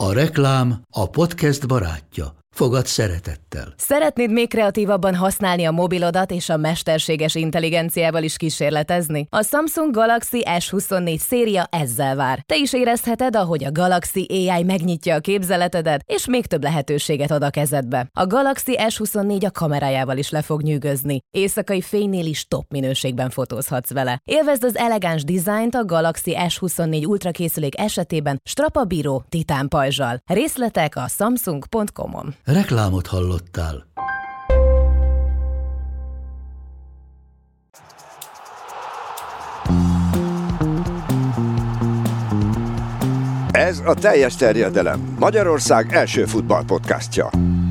A reklám a podcast barátja. Fogad szeretettel. Szeretnéd még kreatívabban használni a mobilodat és a mesterséges intelligenciával is kísérletezni? A Samsung Galaxy S24 széria ezzel vár. Te is érezheted, ahogy a Galaxy AI megnyitja a képzeletedet, és még több lehetőséget ad a kezedbe. A Galaxy S24 a kamerájával is le fog nyűgözni. Éjszakai fénynél is top minőségben fotózhatsz vele. Élvezd az elegáns dizájnt a Galaxy S24 Ultra készülék esetében strapabíró titán pajzsal. Részletek a samsung.com-on. Reklámot hallottál. Ez a Teljes Terjedelem, Magyarország első futballpodcastja.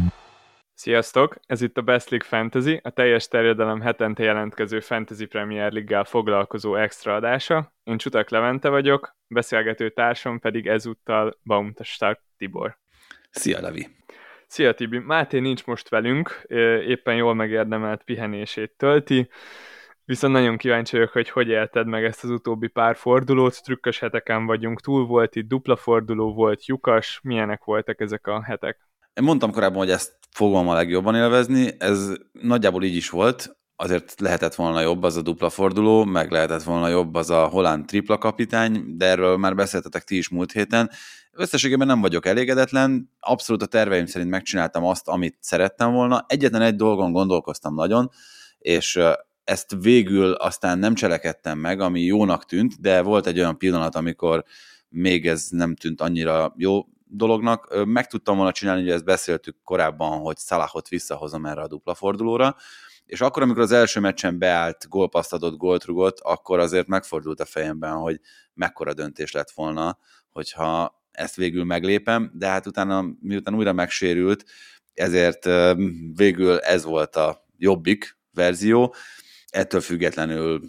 Sziasztok! Ez itt a Best League Fantasy, a Teljes Terjedelem hetente jelentkező Fantasy Premier League-gel foglalkozó extra adása. Én Csutak Levente vagyok, beszélgető társam pedig ezúttal Baumtastar Tibor. Szia, Levi! Szia, Tibi! Máté nincs most velünk, éppen jól megérdemelt pihenését tölti, viszont nagyon kíváncsi vagyok, hogy élted meg ezt az utóbbi pár fordulót, trükkös heteken vagyunk túl, volt itt dupla forduló, volt lyukas, milyenek voltak ezek a hetek? Én mondtam korábban, hogy ezt fogom a legjobban élvezni, ez nagyjából így is volt, azért lehetett volna jobb az a dupla forduló, meg lehetett volna jobb az a holland tripla kapitány, de erről már beszéltetek ti is múlt héten. Összességében nem vagyok elégedetlen, abszolút a terveim szerint megcsináltam azt, amit szerettem volna. Egyetlen egy dolgon gondolkoztam nagyon, és ezt végül aztán nem cselekedtem meg, ami jónak tűnt, de volt egy olyan pillanat, amikor még ez nem tűnt annyira jó dolognak. Meg tudtam volna csinálni, hogy ezt beszéltük korábban, hogy Salahot visszahozom erre a dupla fordulóra, és akkor, amikor az első meccsen beállt, gólpasszt adott, gólt rugott, akkor azért megfordult a fejemben, hogy mekkora döntés lett volna, hogyha ezt végül meglépem, de hát utána, miután újra megsérült, ezért végül ez volt a jobbik verzió. Ettől függetlenül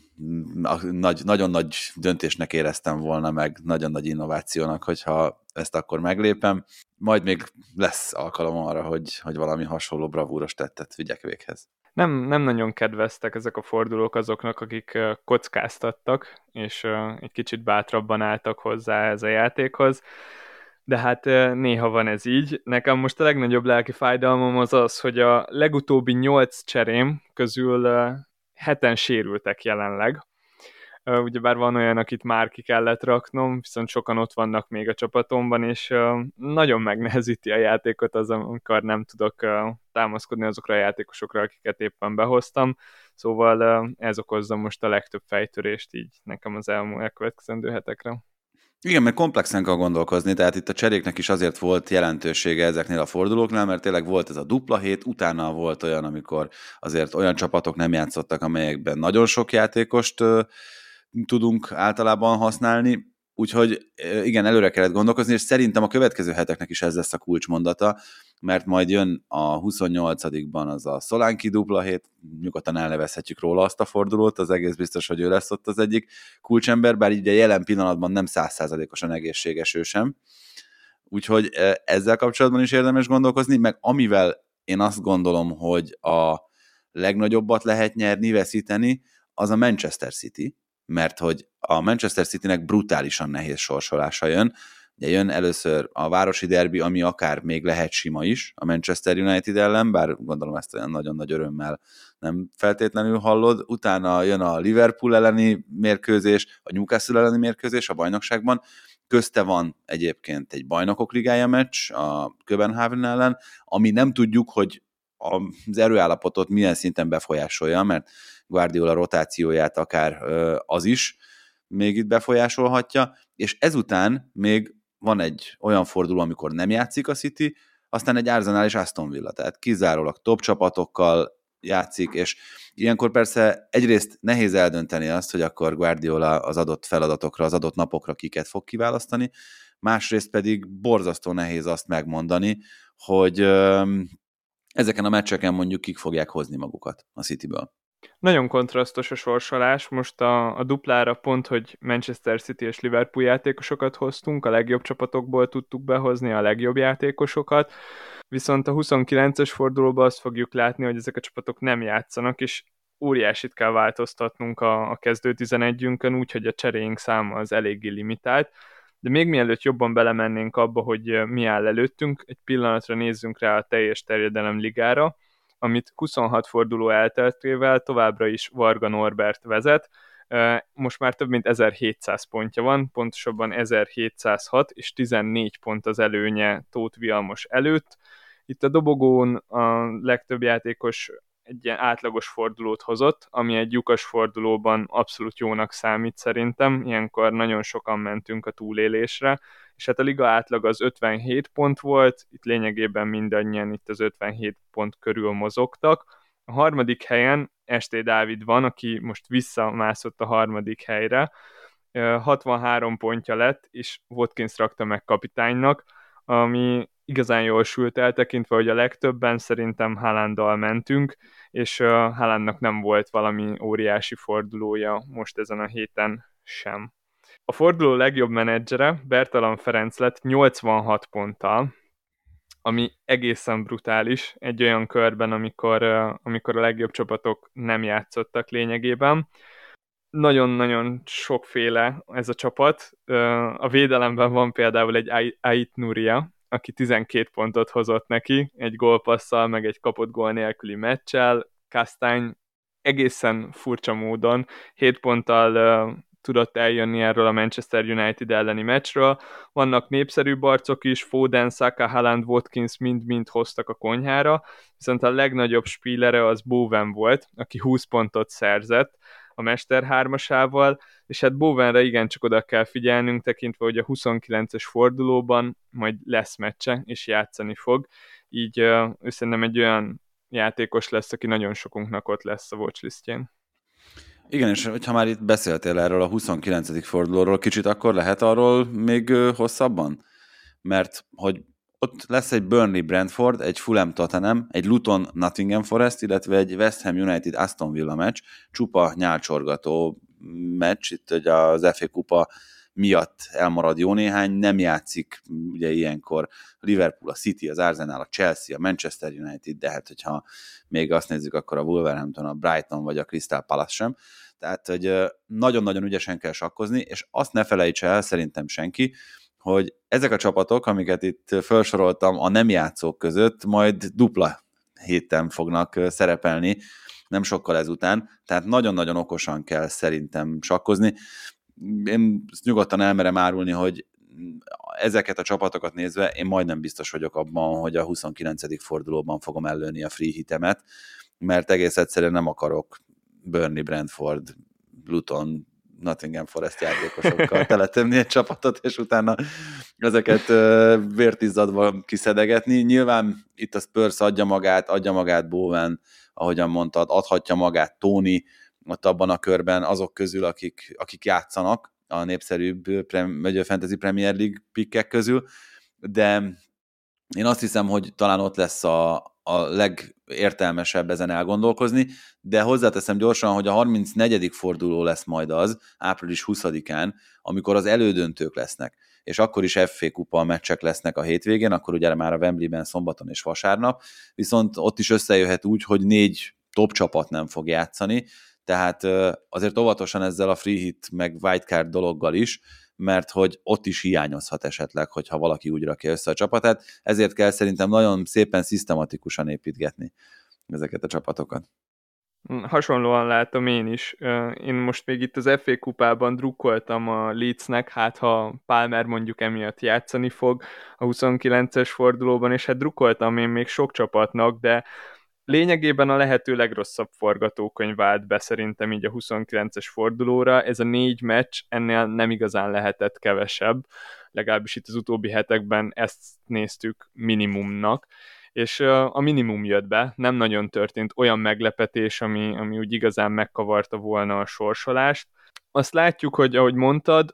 nagyon nagy döntésnek éreztem volna, meg nagyon nagy innovációnak, hogyha ezt akkor meglépem. Majd még lesz alkalom arra, hogy valami hasonló bravúros tettet vigyek véghez. Nem nagyon kedveztek ezek a fordulók azoknak, akik kockáztattak, és egy kicsit bátrabban álltak hozzá ez a játékhoz, de hát néha van ez így. Nekem most a legnagyobb lelki fájdalmam az, hogy a legutóbbi 8 cserém közül 7-en sérültek jelenleg. Ugyebár van olyan, akit már ki kellett raknom, viszont sokan ott vannak még a csapatomban, és nagyon megnehezíti a játékot az, amikor nem tudok támaszkodni azokra a játékosokra, akiket éppen behoztam. Szóval ez okozza most a legtöbb fejtörést így nekem az elkövetkezendő hetekre. Igen, mert komplexen kell gondolkozni, tehát itt a cseréknek is azért volt jelentősége ezeknél a fordulóknál, mert tényleg volt ez a dupla hét, utána volt olyan, amikor azért olyan csapatok nem játszottak, amelyekben nagyon sok játékost tudunk általában használni, úgyhogy igen, előre kellett gondolkozni, és szerintem a következő heteknek is ez lesz a kulcsmondata, mert majd jön a 28-ban az a Solanke dupla hét, nyugodtan elnevezhetjük róla azt a fordulót, az egész biztos, hogy ő lesz ott az egyik kulcsember, bár így a jelen pillanatban nem 100%-osan egészséges ő sem. Úgyhogy ezzel kapcsolatban is érdemes gondolkozni, meg amivel én azt gondolom, hogy a legnagyobbat lehet nyerni, veszíteni, az a Manchester City, mert hogy a Manchester Citynek brutálisan nehéz sorsolása jön. Ugye jön először a városi derbi, ami akár még lehet sima is a Manchester United ellen, bár gondolom ezt olyan nagyon nagy örömmel nem feltétlenül hallod. Utána jön a Liverpool elleni mérkőzés, a Newcastle elleni mérkőzés a bajnokságban. Közte van egyébként egy bajnokok ligája meccs a Copenhagen ellen, ami nem tudjuk, hogy az erőállapotot milyen szinten befolyásolja, mert Guardiola rotációját akár az is még itt befolyásolhatja, és ezután még van egy olyan forduló, amikor nem játszik a City, aztán egy Arsenal és Aston Villa, tehát kizárólag top csapatokkal játszik, és ilyenkor persze egyrészt nehéz eldönteni azt, hogy akkor Guardiola az adott feladatokra, az adott napokra kiket fog kiválasztani, másrészt pedig borzasztó nehéz azt megmondani, hogy ezeken a meccseken mondjuk kik fogják hozni magukat a Cityből. Nagyon kontrasztos a sorsolás, most a duplára pont, hogy Manchester City és Liverpool játékosokat hoztunk, a legjobb csapatokból tudtuk behozni a legjobb játékosokat, viszont a 29-es fordulóban azt fogjuk látni, hogy ezek a csapatok nem játszanak, és óriásit kell változtatnunk a kezdő 11-ünkön, úgyhogy a cseréink száma az eléggé limitált. De még mielőtt jobban belemennénk abba, hogy mi áll előttünk, egy pillanatra nézzünk rá a teljes terjedelem ligára, amit 26 forduló elteltével továbbra is Varga Norbert vezet. Most már több mint 1700 pontja van, pontosabban 1706, és 14 pont az előnye Tóth Vilmos előtt. Itt a dobogón a legtöbb játékos egy ilyen átlagos fordulót hozott, ami egy lyukas fordulóban abszolút jónak számít szerintem, ilyenkor nagyon sokan mentünk a túlélésre, és hát a liga átlag az 57 pont volt, itt lényegében mindannyian itt az 57 pont körül mozogtak. A harmadik helyen St. Dávid van, aki most visszamászott a harmadik helyre, 63 pontja lett, és Watkins rakta meg kapitánynak, ami igazán jól sült el, tekintve, hogy a legtöbben szerintem Haalanddal mentünk, és Haalandnak nem volt valami óriási fordulója most ezen a héten sem. A forduló legjobb menedzsere Bertalan Ferenc lett 86 ponttal, ami egészen brutális egy olyan körben, amikor a legjobb csapatok nem játszottak lényegében. Nagyon-nagyon sokféle ez a csapat. A védelemben van például egy Ait Nuria, aki 12 pontot hozott neki, egy gólpasszal, meg egy kapott gól nélküli meccsel. Castagne egészen furcsa módon 7 ponttal tudott eljönni erről a Manchester United elleni meccsről. Vannak népszerűbb arcok is, Foden, Saka, Haaland, Watkins mind-mind hoztak a konyhára, viszont a legnagyobb spílere az Bowen volt, aki 20 pontot szerzett a Mester 3-asával, és hát Bowenre igencsak oda kell figyelnünk, tekintve, hogy a 29-es fordulóban majd lesz meccse, és játszani fog, így ő szerintem egy olyan játékos lesz, aki nagyon sokunknak ott lesz a watchlistjén. Igen, és hogyha már itt beszéltél erről a 29. fordulóról kicsit, akkor lehet arról még hosszabban? Mert hogy ott lesz egy Burnley Brentford, egy Fulham Tottenham, egy Luton Nottingham Forest, illetve egy West Ham United Aston Villa meccs, csupa nyálcsorgató meccs, itt ugye az FA Kupa miatt elmarad jó néhány, nem játszik ugye ilyenkor Liverpool, a City, az Arsenal, a Chelsea, a Manchester United, de hát hogyha még azt nézzük, akkor a Wolverhampton, a Brighton vagy a Crystal Palace sem. Tehát, hogy nagyon-nagyon ügyesen kell sakkozni, és azt ne felejts el szerintem senki, hogy ezek a csapatok, amiket itt felsoroltam a nem játszók között, majd dupla héten fognak szerepelni, nem sokkal ezután, tehát nagyon-nagyon okosan kell szerintem sakkozni. Én nyugodtan elmerem árulni, hogy ezeket a csapatokat nézve én majdnem biztos vagyok abban, hogy a 29. fordulóban fogom ellőni a free hitemet, mert egész egyszerűen nem akarok Burnley, Brentford, Luton, Nottingham Forest játékosokkal teletömni egy csapatot, és utána ezeket vértizzadva kiszedegetni. Nyilván itt a Spurs adja magát Bowen, ahogyan mondtad, adhatja magát Tony ott abban a körben azok közül, akik játszanak a népszerűbb Fantasy Premier League pikkek közül, de én azt hiszem, hogy talán ott lesz a legértelmesebb ezen elgondolkozni, de hozzáteszem gyorsan, hogy a 34. forduló lesz majd az, április 20-án, amikor az elődöntők lesznek, és akkor is FA Kupa meccsek lesznek a hétvégén, akkor ugye már a Wembleyben szombaton és vasárnap, viszont ott is összejöhet úgy, hogy 4 top csapat nem fog játszani, tehát azért óvatosan ezzel a free hit meg wildcard dologgal is, mert hogy ott is hiányozhat esetleg, hogyha valaki úgy rakja össze a csapatát, ezért kell szerintem nagyon szépen szisztematikusan építgetni ezeket a csapatokat. Hasonlóan látom én is. Én most még itt az FA kupában drukkoltam a Leedsnek, hát ha Palmer mondjuk emiatt játszani fog a 29-es fordulóban, és hát drukkoltam én még sok csapatnak, de lényegében a lehető legrosszabb forgatókönyv vált be szerintem így a 29-es fordulóra. Ez a 4 meccs, ennél nem igazán lehetett kevesebb, legalábbis itt az utóbbi hetekben ezt néztük minimumnak, és a minimum jött be, nem nagyon történt olyan meglepetés, ami úgy igazán megkavarta volna a sorsolást. Azt látjuk, hogy ahogy mondtad,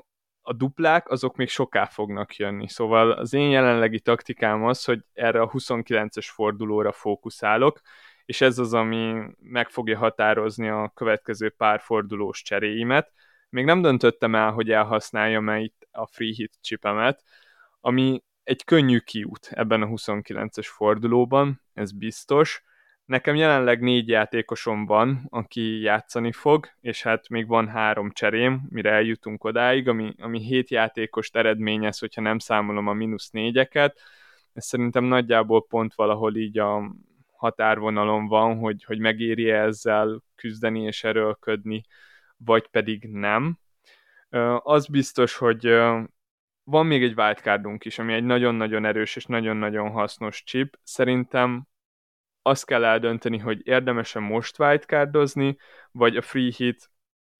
a duplák azok még soká fognak jönni, szóval az én jelenlegi taktikám az, hogy erre a 29-es fordulóra fókuszálok, és ez az, ami meg fogja határozni a következő pár fordulós cseréimet. Még nem döntöttem el, hogy elhasználjam-e itt a free hit chipemet, ami egy könnyű kiút ebben a 29-es fordulóban, ez biztos, Nekem jelenleg 4 játékosom van, aki játszani fog, és hát még van 3 cserém, mire eljutunk odáig, ami 7 játékost eredményez, hogyha nem számolom a -4-eket. Ez szerintem nagyjából pont valahol így a határvonalon van, hogy megéri ezzel küzdeni és erőlködni, vagy pedig nem. Az biztos, hogy van még egy wildcardunk is, ami egy nagyon-nagyon erős és nagyon-nagyon hasznos chip. Szerintem azt kell eldönteni, hogy érdemes-e most wildcardozni, vagy a free hit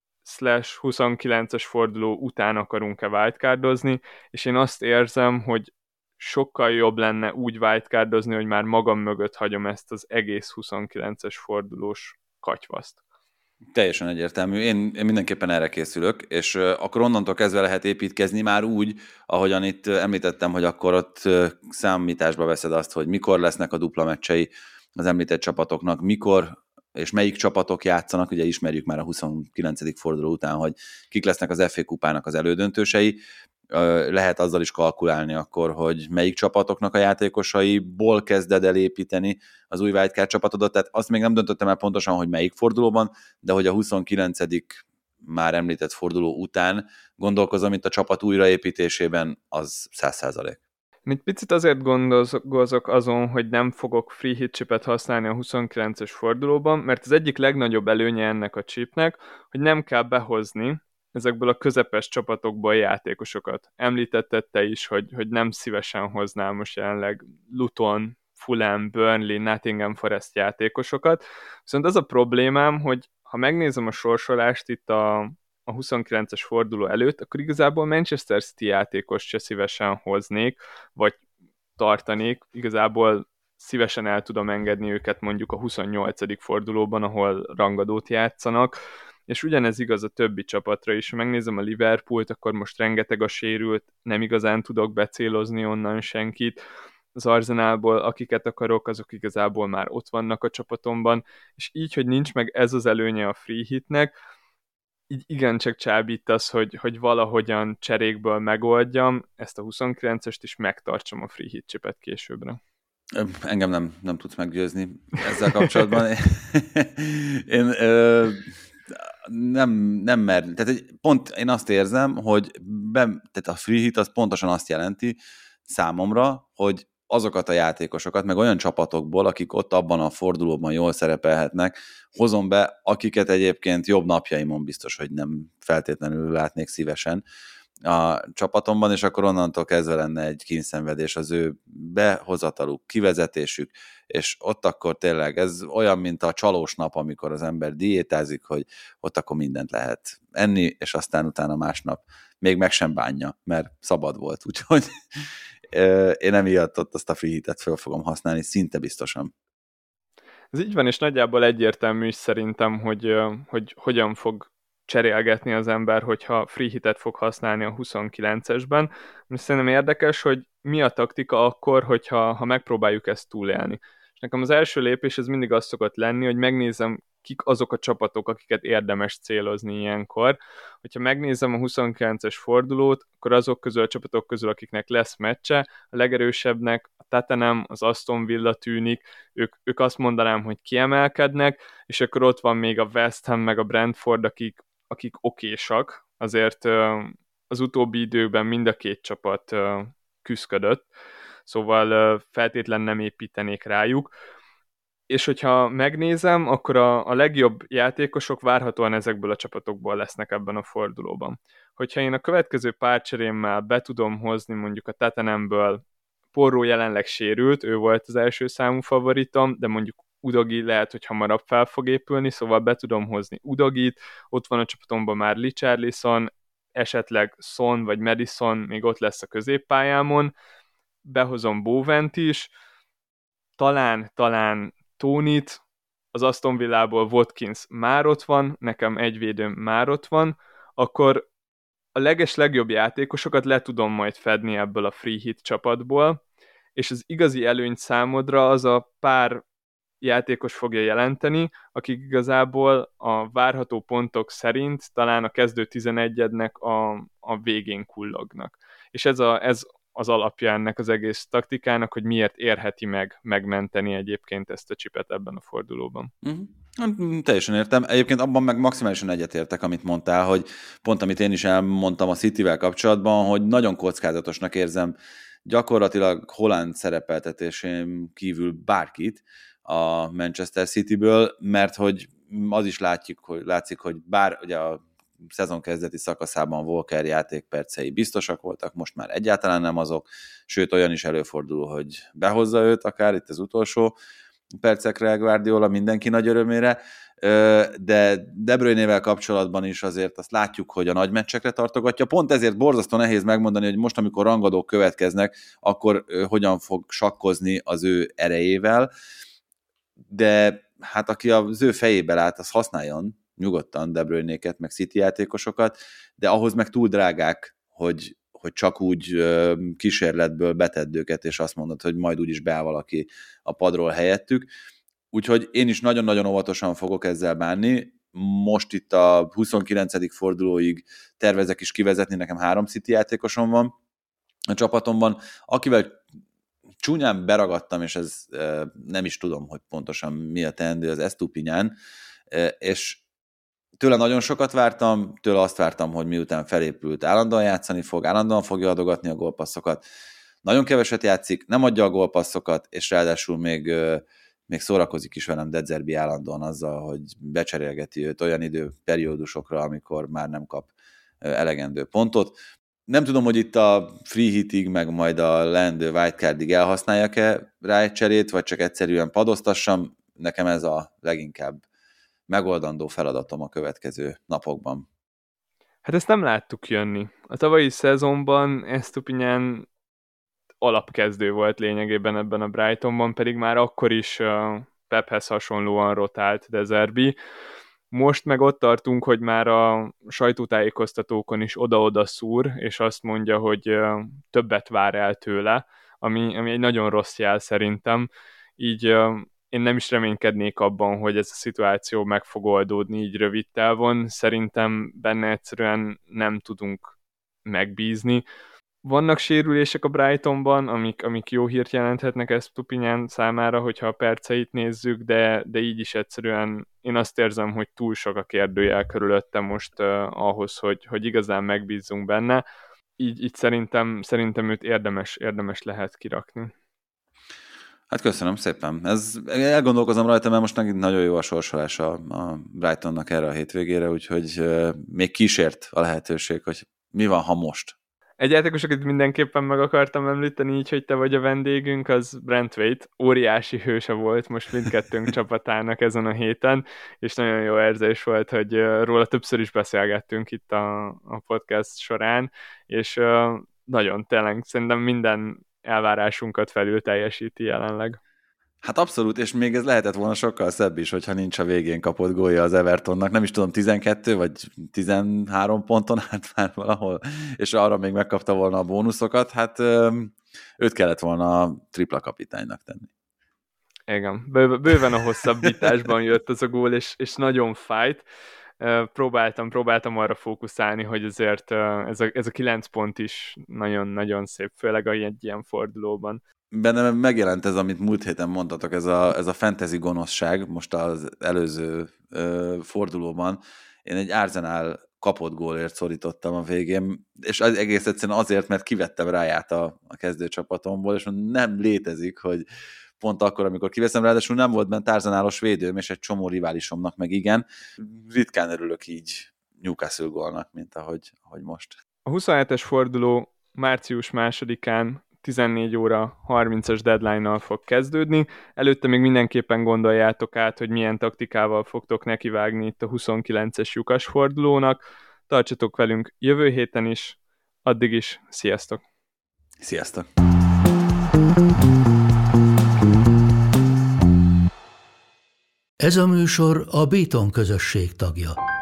/29-es forduló után akarunk-e wildcardozni, és én azt érzem, hogy sokkal jobb lenne úgy wildcardozni, hogy már magam mögött hagyom ezt az egész 29-es fordulós katyvaszt. Teljesen egyértelmű. Én mindenképpen erre készülök, és akkor onnantól kezdve lehet építkezni már úgy, ahogyan itt említettem, hogy akkor ott számításba veszed azt, hogy mikor lesznek a dupla meccsei az említett csapatoknak, mikor és melyik csapatok játszanak, ugye ismerjük már a 29. forduló után, hogy kik lesznek az FA kupának az elődöntősei, lehet azzal is kalkulálni akkor, hogy melyik csapatoknak a játékosaiból kezded el építeni az új wildcard csapatodat, tehát azt még nem döntöttem el pontosan, hogy melyik fordulóban, de hogy a 29. már említett forduló után gondolkozom itt a csapat újraépítésében, az 100%. Én egy picit azért gondozok azon, hogy nem fogok free hit chipet használni a 29-es fordulóban, mert az egyik legnagyobb előnye ennek a chipnek, hogy nem kell behozni ezekből a közepes csapatokból játékosokat. Említetted te is, hogy nem szívesen hoznál most jelenleg Luton, Fulham, Burnley, Nottingham Forest játékosokat. Viszont az a problémám, hogy ha megnézem a sorsolást itt a 29-es forduló előtt, akkor igazából Manchester City játékost se szívesen hoznék, vagy tartanék. Igazából szívesen el tudom engedni őket mondjuk a 28. fordulóban, ahol rangadót játszanak, és ugyanez igaz a többi csapatra is. Ha megnézem a Liverpoolt, akkor most rengeteg a sérült, nem igazán tudok becélozni onnan senkit. Az Arsenalból, akiket akarok, azok igazából már ott vannak a csapatomban, és így, hogy nincs meg ez az előnye a free hitnek, így igencsak csábítasz, hogy valahogyan cserékből megoldjam, ezt a 29-est is megtartsam a free hit chipet későbbre. Engem nem tudsz meggyőzni ezzel kapcsolatban. Én nem mer. Tehát pont én azt érzem, hogy tehát a free hit az pontosan azt jelenti számomra, hogy azokat a játékosokat, meg olyan csapatokból, akik ott abban a fordulóban jól szerepelhetnek, hozom be, akiket egyébként jobb napjaimon biztos, hogy nem feltétlenül látnék szívesen a csapatomban, és akkor onnantól kezdve lenne egy kínszenvedés az ő behozataluk, kivezetésük, és ott akkor tényleg ez olyan, mint a csalós nap, amikor az ember diétázik, hogy ott akkor mindent lehet enni, és aztán utána másnap még meg sem bánja, mert szabad volt, úgyhogy én emiatt ott azt a free hitet föl fogom használni, szinte biztosan. Ez így van, és nagyjából egyértelmű is szerintem, hogy hogyan fog cserélgetni az ember, hogyha free hitet fog használni a 29-esben. Szerintem érdekes, hogy mi a taktika akkor, hogyha megpróbáljuk ezt túlélni. És nekem az első lépés ez mindig az szokott lenni, hogy megnézem, kik azok a csapatok, akiket érdemes célozni ilyenkor. Hogyha megnézem a 29-es fordulót, akkor azok közül a csapatok közül, akiknek lesz meccse, a legerősebbnek a Tottenham, az Aston Villa tűnik, ők azt mondanám, hogy kiemelkednek, és akkor ott van még a West Ham, meg a Brentford, akik okésak, azért az utóbbi időben mind a két csapat küszködött, szóval feltétlen nem építenék rájuk. És hogyha megnézem, akkor a legjobb játékosok várhatóan ezekből a csapatokból lesznek ebben a fordulóban. Hogyha én a következő párcserémmel be tudom hozni mondjuk a Tottenhamből, Porro jelenleg sérült, ő volt az első számú favoritom, de mondjuk Udogi lehet, hogy hamarabb fel fog épülni, szóval be tudom hozni Udogit, ott van a csapatomban már Richarlison, esetleg Son vagy Madison még ott lesz a középpályámon, behozom Bowent is, talán Tonit, az Aston Villából Watkins már ott van, nekem egy védőm már ott van, akkor a legjobb játékosokat le tudom majd fedni ebből a free hit csapatból, és az igazi előny számodra az a pár játékos fogja jelenteni, akik igazából a várható pontok szerint talán a kezdő 11-ednek a végén kullognak. És ez az alapja ennek az egész taktikának, hogy miért érheti megmenteni egyébként ezt a csipet ebben a fordulóban. Teljesen értem. Egyébként abban meg maximálisan egyetértek, amit mondtál, hogy pont amit én is elmondtam a Cityvel kapcsolatban, hogy nagyon kockázatosnak érzem gyakorlatilag Haaland szerepeltetésén kívül bárkit a Manchester Cityből, mert hogy az is látszik, hogy bár ugye a szezon kezdeti szakaszában Walker játékpercei biztosak voltak, most már egyáltalán nem azok, sőt olyan is előfordul, hogy behozza őt akár itt az utolsó percekre Guardiola mindenki nagy örömére, de De Bruynével kapcsolatban is azért azt látjuk, hogy a nagy meccsekre tartogatja. Pont ezért borzasztó nehéz megmondani, hogy most, amikor rangadók következnek, akkor hogyan fog sakkozni az ő erejével, de hát aki az ő fejébe lát, az használjon nyugodtan De Bruynéket, meg City játékosokat, de ahhoz meg túl drágák, hogy csak úgy kísérletből betedd őket, és azt mondod, hogy majd úgyis beáll valaki a padról helyettük. Úgyhogy én is nagyon-nagyon óvatosan fogok ezzel bánni. Most itt a 29. fordulóig tervezek is kivezetni, nekem 3 City játékosom van a csapatomban, akivel csúnyán beragadtam, és ez nem is tudom, hogy pontosan mi a teendő, az Estupiñán, és tőle nagyon sokat vártam, tőle azt vártam, hogy miután felépült, állandóan játszani fog, állandóan fogja adogatni a gólpasszokat. Nagyon keveset játszik, nem adja a gólpasszokat, és ráadásul még szórakozik is velem De Zerbi állandóan azzal, hogy becserélgeti őt olyan időperiódusokra, amikor már nem kap elegendő pontot. Nem tudom, hogy itt a free hitig, meg majd a leendő wildcardig elhasználják-e rá egy cserét, vagy csak egyszerűen padoztassam. Nekem ez a leginkább megoldandó feladatom a következő napokban. Hát ezt nem láttuk jönni. A tavalyi szezonban Estupiñán alapkezdő volt lényegében ebben a Brightonban, pedig már akkor is Pephez hasonlóan rotált De Zerbi. Most meg ott tartunk, hogy már a sajtótájékoztatókon is oda-oda szúr, és azt mondja, hogy többet vár el tőle, ami egy nagyon rossz jel szerintem. Így én nem is reménykednék abban, hogy ez a szituáció meg fog oldódni így rövid távon. Szerintem benne egyszerűen nem tudunk megbízni. Vannak sérülések a Brightonban, amik jó hírt jelenthetnek Estupiñán számára, hogyha a perceit nézzük, de így is egyszerűen én azt érzem, hogy túl sok a kérdőjel körülöttem most ahhoz, hogy igazán megbízzunk benne. Így szerintem őt érdemes lehet kirakni. Hát köszönöm szépen. Elgondolkozom rajta, mert most nagyon jó a sorsolás a Brightonnak erre a hétvégére, úgyhogy még kísért a lehetőség, hogy mi van, ha most. Egy játékos, akit mindenképpen meg akartam említeni, így, hogy te vagy a vendégünk, az Brent Waite. Óriási hőse volt most mindkettőnk csapatának ezen a héten, és nagyon jó érzés volt, hogy róla többször is beszélgettünk itt a podcast során, és nagyon tényleg szerintem minden elvárásunkat felül teljesíti jelenleg. Hát abszolút, és még ez lehetett volna sokkal szebb is, hogyha nincs a végén kapott gólja az Evertonnak. Nem is tudom, 12 vagy 13 ponton állt már valahol, és arra még megkapta volna a bónuszokat. Hát őt kellett volna a tripla kapitánynak tenni. Igen, bőven a hosszabbításban jött az a gól, és nagyon fájt. Próbáltam arra fókuszálni, hogy azért ez a 9 pont is nagyon-nagyon szép, főleg egy ilyen fordulóban. Bennem megjelent ez, amit múlt héten mondtatok, ez a fantasy gonoszság, most az előző fordulóban. Én egy Arsenal kapott gólért szorítottam a végén, és az egész egyszerűen azért, mert kivettem Ráját a kezdőcsapatomból, és nem létezik, hogy pont akkor, amikor kiveszem, ráadásul nem volt bent Arsenalos védőm, és egy csomó riválisomnak meg igen. Ritkán örülök így Newcastle gólnak, mint ahogy most. A 27-es forduló március 2-án 14 óra 30-as deadline-nal fog kezdődni. Előtte még mindenképpen gondoljátok át, hogy milyen taktikával fogtok nekivágni itt a 29-es lyukas fordulónak. Tartsatok velünk jövő héten is. Addig is, sziasztok! Sziasztok! Ez a műsor a Béton közösség tagja.